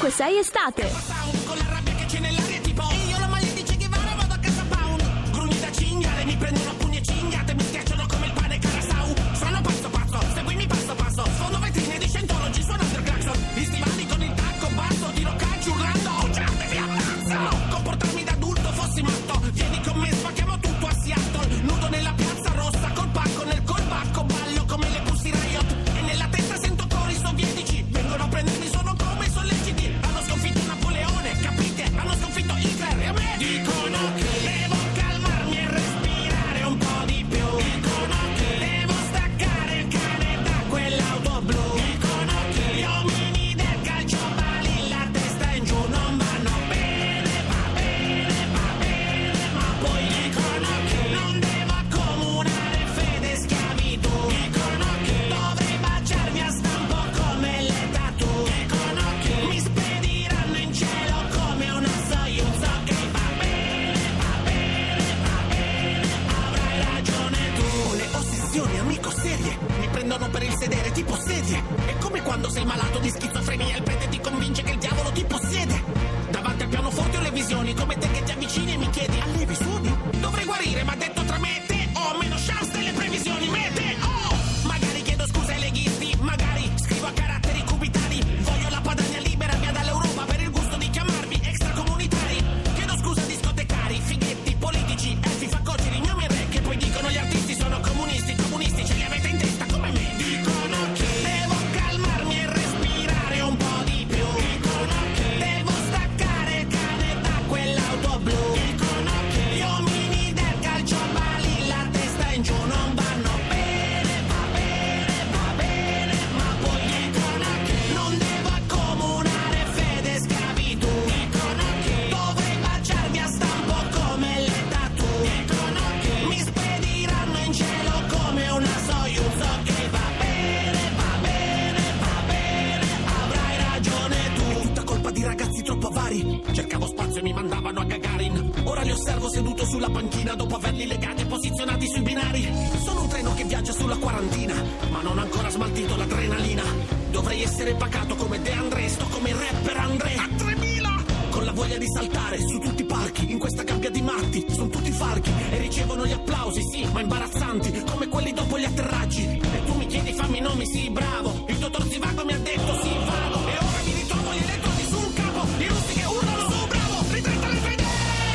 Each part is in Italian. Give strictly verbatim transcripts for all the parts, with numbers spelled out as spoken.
ovunque sei estate. Con la rabbia che c'è nell'aria tipo e io la maglia di Che Guevara vado a casa Pound. Grugni da cinghiale, mi prendono a pugni e cinghiate, mi schiacciano come il pane Carasau. Sono pazzo pazzo, seguimi passo passo. Sfondo vetrine di Scientology, suono il clacson. Gli stivali con il tacco basso, tiro calcio urlando. Ucciate, vi ammazzo. Comportarmi da adulto fossi matto. Vieni con me, spacchiamo tutto a Seattle. Nudo nella piazza rossa, col pacco nel colbacco. Ballo come le Pussy Riot. E nella testa sento cori sovietici. Vengono a prendermi, sono come i solleciti. Hanno sconfitto Napoleone, capite? Hanno sconfitto Hitler e a me dicono che devo calmarmi e respirare un po' di più. Dicono che devo staccare il cane da quell'auto blu. Dicono che gli uomini del calcio pali, la testa in giù non vanno bene, va bene, va bene, ma poi dicono che non devo accomunare fede e schiavitù. Dicono che dovrei baciarmi a stampo come le tattoo. Dicono che mi spediranno in cielo come una Soyuz. Ok, va bene, va bene, va bene, avrai ragione tu. Le ossessioni, amico, serie mi prendono per il sedere tipo sedie. È come quando sei malato di schizofrenia, il prete ti convince che il diavolo ti possiede. Davanti al pianoforte ho le visioni, come te che ti avvicini e mi chiedi allevi suoni. Dovrei guarire, ma detto tra me e te ho meno chance delle previsioni mete. Oh, magari chiedo scusa ai leghisti, magari scrivo a caratteri cubitali. Voglio la Padania libera via dall'Europa per il gusto di chiamarvi extracomunitari. Chiedo scusa a discotecari, fighetti, politici, elfi, faccoceri, gnomi e re, che poi dicono gli artisti sono comunisti, comunisti ce li avete in testa come me. Dicono che devo calmarmi e respirare un po' di più. Dicono che devo staccare il cane da quell'auto blu. Dicono che gli uomini del calcio pali, la testa in giù non vanno bene, va bene, va bene, ma poi dicono che non devo accomunare fede e schiavitù. Dicono che dovrei baciarmi a stampo come le tattoo. Dicono che mi spediranno in cielo come una Soyuz. Ok, va bene, va bene, va bene, avrai ragione tu. È tutta colpa di ragazzi troppo avari. Cercavo spazio e mi mandavano a Gagarin. Ora li osservo seduto sulla panchina dopo averli legati e posizionati sui binari. Sono un treno che viaggia sulla quarantina, ma non ho ancora smaltito l'adrenalina. Dovrei essere pacato come De André, sto come il rapper André a tremila, con la voglia di saltare su tutti i palchi. In questa gabbia di matti sono tutti falchi e ricevono gli applausi, sì, ma imbarazzanti, come quelli dopo gli atterraggi. E tu mi chiedi fammi i nomi, sì, bravo. Il dottor Zivago mi ha detto sì, vago. E ora mi ritrovo gli elettrodi sul capo, i russi che urlano su, bravo, ritretta le fede.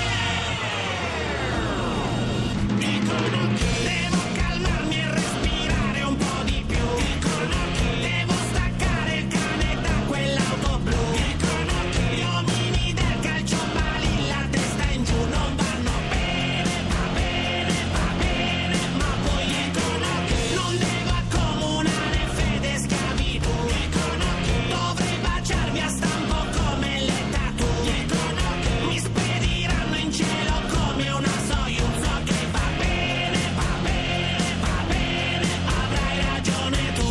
Dicono che devo calmarmi e respirare un po' di più. Dicono che devo staccare il cane da quell'auto blu. Dicono che gli uomini del calcio pali, la testa in giù non vanno bene, va bene, va bene, ma poi dicono che non devo accomunare fede e schiavitù. Dicono che dovrei baciarmi a stampo come le tattoo. Dicono che mi spediranno in cielo come una Soyuz. Ok, va bene, va bene, va bene, avrai ragione tu.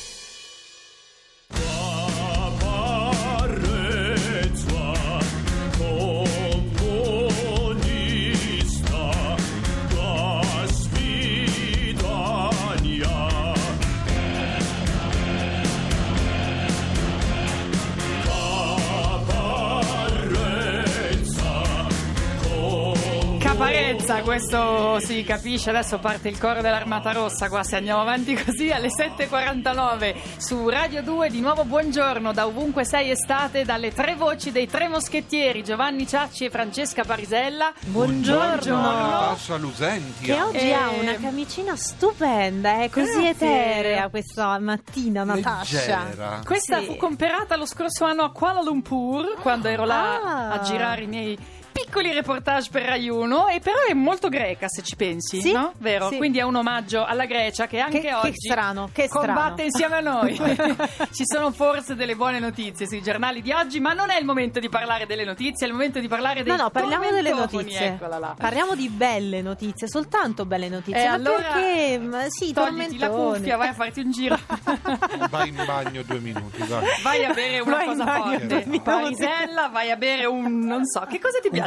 Caparezza, questo si capisce. Adesso parte il coro dell'Armata Rossa qua, se andiamo avanti così, alle sette e quarantanove su Radio due. Di nuovo buongiorno da ovunque sei estate, dalle tre voci dei tre moschettieri, Giovanni Ciacci e Francesca Parisella. Buongiorno, Natascia Lusentia, che oggi E- ha una camicina stupenda, è così Grazie. eterea questa mattina, Natascia. leggera. Questa Sì. fu comprata lo scorso anno a Kuala Lumpur, quando ero là Ah. a girare i miei piccoli reportage per Rai uno, e però è molto greca se ci pensi, Sì, no? Vero? sì. Quindi è un omaggio alla Grecia che anche Che- che oggi strano, che combatte strano. insieme a noi. Ci sono forse delle buone notizie sui giornali di oggi, ma non è il momento di parlare delle notizie, è il momento di parlare dei No, no, parliamo delle tormentoni, notizie. eccola là. Parliamo di belle notizie, soltanto belle notizie. E ma allora perché? Ma sì, togliti la tormentoni. cuffia, vai a farti un giro. vai in bagno due minuti, vai. Vai a bere una Vai in cosa bagno forte. due minuti. Parisella, vai a bere un non so, che cosa ti piace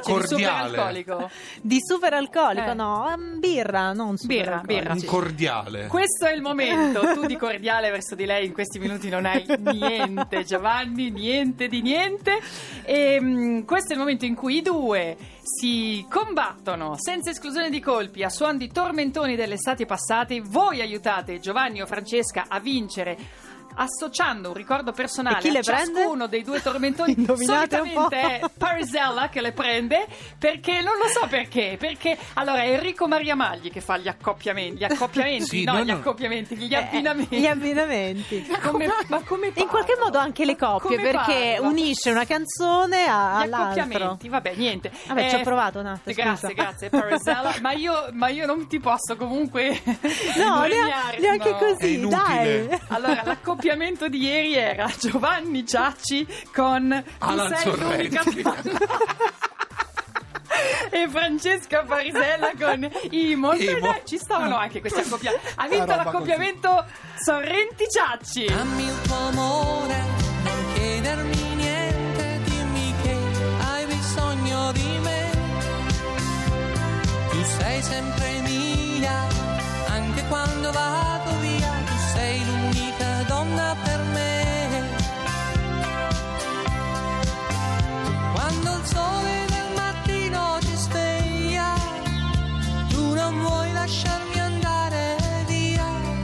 di super cordiale. alcolico? Di super alcolico? Eh. No, um, birra, non super Birra, alcolico. birra. Un cordiale. Questo è il momento. Tu di cordiale verso di lei in questi minuti non hai niente, Giovanni, niente di niente. E mh, questo è il momento in cui i due si combattono senza esclusione di colpi a suon di tormentoni delle estati passate. Voi aiutate Giovanni o Francesca a vincere associando un ricordo personale E chi le a prende? ciascuno dei due tormentoni. Indovinate un po'. Solitamente è Parisella che le prende, perché non lo so perché, perché allora è Enrico Maria Magli che fa gli accoppiamenti, gli accoppiamenti, Sì, no, no, gli no. accoppiamenti, gli Eh, abbinamenti. Gli abbinamenti. Come, ma come In qualche parla? modo anche le coppie, Come perché parla? unisce una canzone a- Gli all'altro. accoppiamenti, vabbè, niente. Vabbè, ci ho provato, Nat, scusa. Grazie, grazie, Parisella. ma, io, ma io non ti posso comunque No, indovinare, neanche, neanche no. È così, inutile. dai. Allora, l'accoppiamento di ieri era Giovanni Ciacci con Alan Tu sei l'unica Sorrenti. donna. E Francesca Parisella con Imo. Imo. Dai, ci stavano anche questi accoppiamenti. Ha vinto roba l'accoppiamento Sorrenti Ciacci. Dammi il tuo amore, non chiedermi niente, dimmi che hai bisogno di me. Tu sei sempre mia, anche quando vado via, tu sei l'unica donna per me. Quando il sole del mattino ti sveglia, tu non vuoi lasciarmi andare via.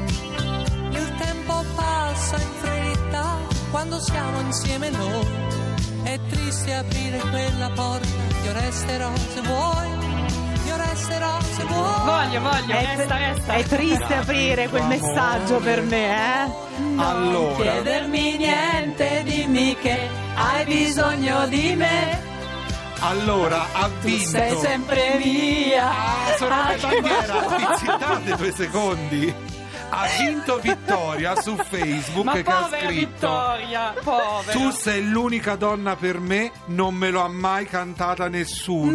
Il tempo passa in fretta quando siamo insieme noi. È triste aprire quella porta, io resterò se vuoi, io resterò se vuoi. Voglio, voglio, È, resta, resta. è triste aprire quel amore. messaggio per me, eh? Allora, Chiedermi niente, dimmi che hai bisogno di me. allora ha vinto. Sei sempre mia. Ah, sono una bandiera. Zittate due secondi. Ha vinto Vittoria su Facebook Ma che ha povera scritto: Vittoria, povera. tu sei l'unica donna per me, non me lo ha mai cantata nessuno.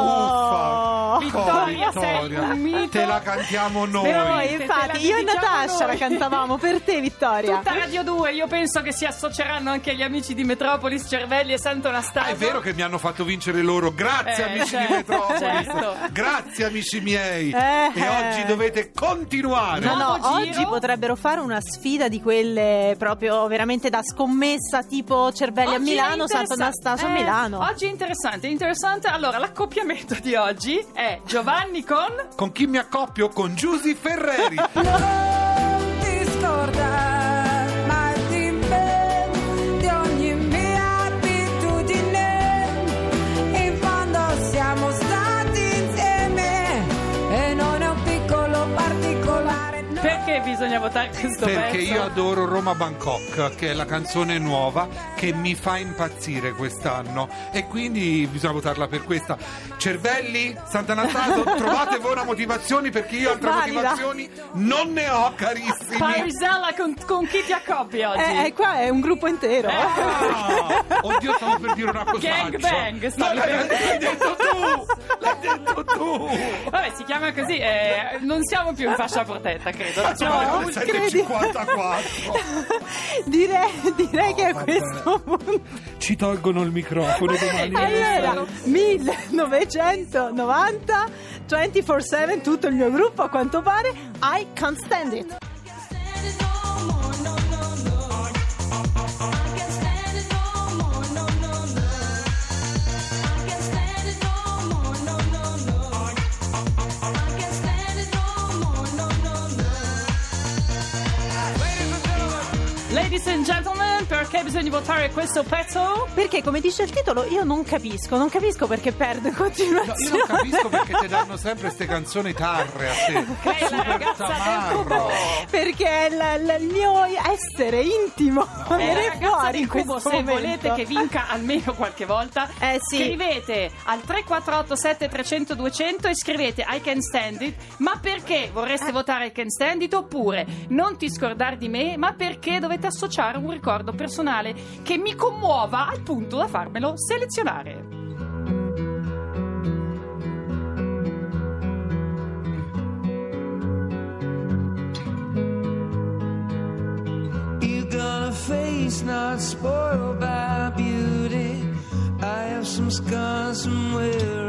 No! Uffa. Vittoria, Oh, sei un mito. Te la cantiamo noi. Però Veramente, te infatti la io e diciamo Natascia noi. la cantavamo per te, Vittoria. Tutta Radio due, io penso che si associeranno anche gli amici di Metropolis, Cervelli e Santo Anastasio. Ah, è vero che mi hanno fatto vincere loro. Grazie Eh, amici certo, di Metropolis. certo. Grazie amici miei. Eh. E oggi dovete continuare. No, no, Nuovo oggi giro. potrebbero fare una sfida di quelle proprio veramente da scommessa, tipo Cervelli a Oggi è Milano, Santo interessante. Anastasio a Eh, Milano. Oggi è interessante, interessante. Allora, l'accoppiamento di oggi è Giovanni con... Con chi mi accoppio? Con Giusy Ferreri. Non ti scordare mai di me, di ogni mia abitudine. In fondo siamo stati insieme e non è un piccolo particolare. no. Perché bisogna votare questo Perché pezzo? io adoro Roma Bangkok, che è la canzone nuova che mi fa impazzire quest'anno, e quindi bisogna votarla per questa. Cervelli, Sant'Anastasio, trovate voi una motivazione, perché io altre Valida. motivazioni non ne ho, carissimi. Parisella, con, con chi ti accoppi oggi? Eh, eh, qua è un gruppo intero. Ah, oddio, stavo per dire una cosa. Gang bang, No, stavi l'hai, per- l'hai detto tu! L'hai detto tu! Vabbè, si chiama così, eh, non siamo più in fascia protetta, credo. Ma Facciamo sono un- le sette e cinquantaquattro. direi direi che a vabbè. questo punto. Ci tolgono il microfono domani. Allora, millenovecentonovanta, ventiquattro sette, tutto il mio gruppo a quanto pare. I can't stand it. Ladies and gentlemen, perché bisogna votare questo pezzo? Perché, come dice il titolo, io non capisco, non capisco perché perdo in No, io continuazione. non capisco perché ti danno sempre ste canzoni tarre a te. Lei è la ragazza del tamarro. cubo. Perché il, il- il mio essere intimo È la viene ragazza fuori del in cubo, questo se momento. volete che vinca almeno qualche volta, Eh, sì. scrivete al tre quattro otto sette trecento duecento e scrivete I can stand it. Ma perché vorreste votare I can stand it? Oppure non ti scordare di me, ma perché dovete associare un ricordo personale che mi commuova al punto da farmelo selezionare. You got a face not spoiled by beauty. I have some scars from where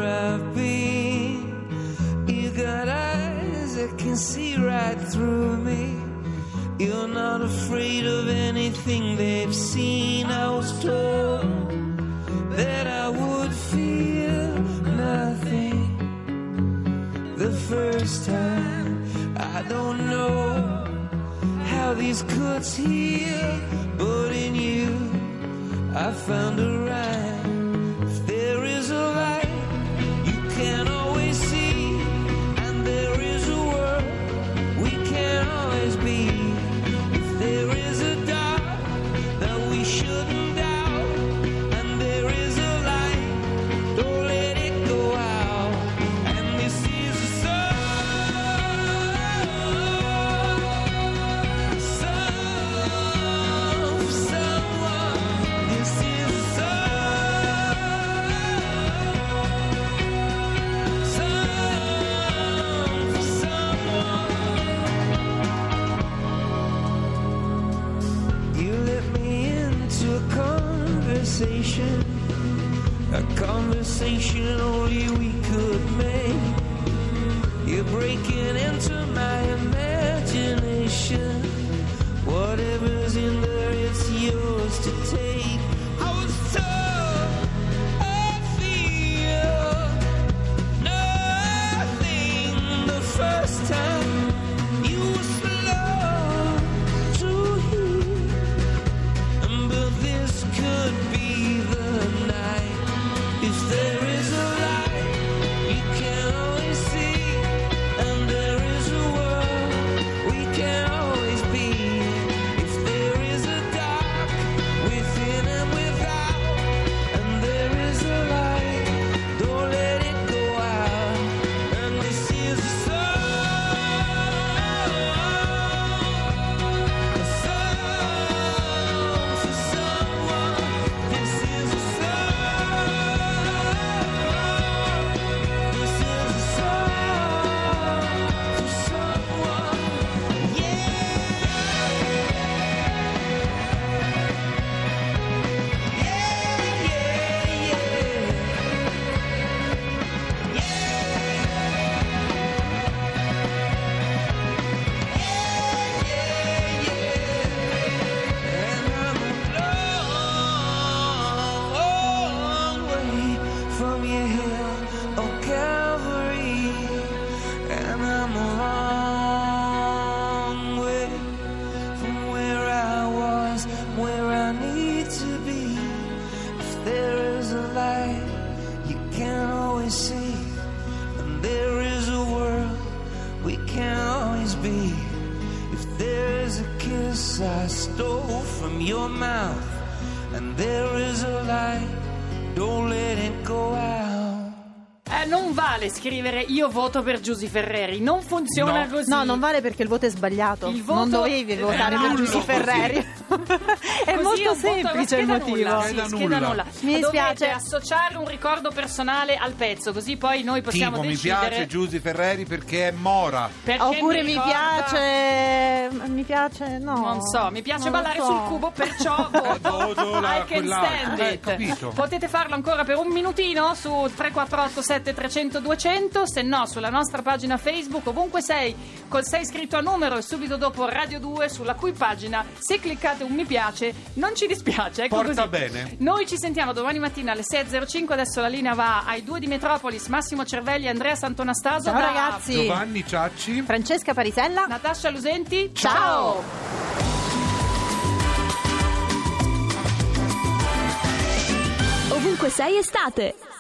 see right through me. You're not afraid of anything they've seen. I was told that I would feel nothing the first time. I don't know how these cuts heal, but in you I found a rhyme. If there is a light you can always see, and there is a world we can always be. If there is a dark that we shouldn't doubt, and there is a light, don't let it go out. And this is a song, song for someone. This is a song, song for someone. You let me into a conversation, a conversation only we could make. You're breaking into my imagination. Whatever's in there, it's yours to take. I was told I feel nothing the first time. You were slow to hear, but this could be the night. If there is a light you can always see, and there is a world we can always be. If there is a dark within and without, and there is a light, don't let it go out. And this is a song, a song for someone. This is a song, this is a song for someone. Yeah, yeah, and I'm a long way from your hill, oh Calvary, and I'm a long way from where I was, where I need to be. If there is a light you can always see, and there is a world we can always be. If there is a kiss I stole from your mouth, and there is a light, don't let it go out. Eh, non vale scrivere io voto per Giusy Ferreri, non funziona No. così. No, non vale perché il voto è sbagliato. Il voto- Non dovevi eh, votare no, per no, Giusy così. Ferreri. È Così molto è un voto- semplice il scheda motivo. nulla, sì, Scheda scheda nulla. nulla. Mi dispiace. Dovete associare un ricordo personale al pezzo, così poi noi possiamo Tipo mi decidere. piace Giusy Ferreri perché è mora. Perché Oppure mi, ricorda- piace. Mi piace. No. Non so, mi piace Non lo ballare so. sul cubo, perciò voto. voto la- I can quella- stand eh, it. capito. Potete farlo ancora per un minutino su tre quattro otto sette tre zero zero due zero zero, se no sulla nostra pagina Facebook, ovunque sei, col sei scritto a numero e subito dopo Radio due, sulla cui pagina, se cliccate un mi piace, non ci dispiace. Ecco Porta così. bene. Noi ci sentiamo domani mattina alle sei e zero cinque. Adesso la linea va ai due di Metropolis, Massimo Cervelli e Andrea Santonastaso. Ciao da ragazzi. Giovanni Ciacci. Francesca Parisella. Natascia Lusenti. Ciao. Ovunque sei estate.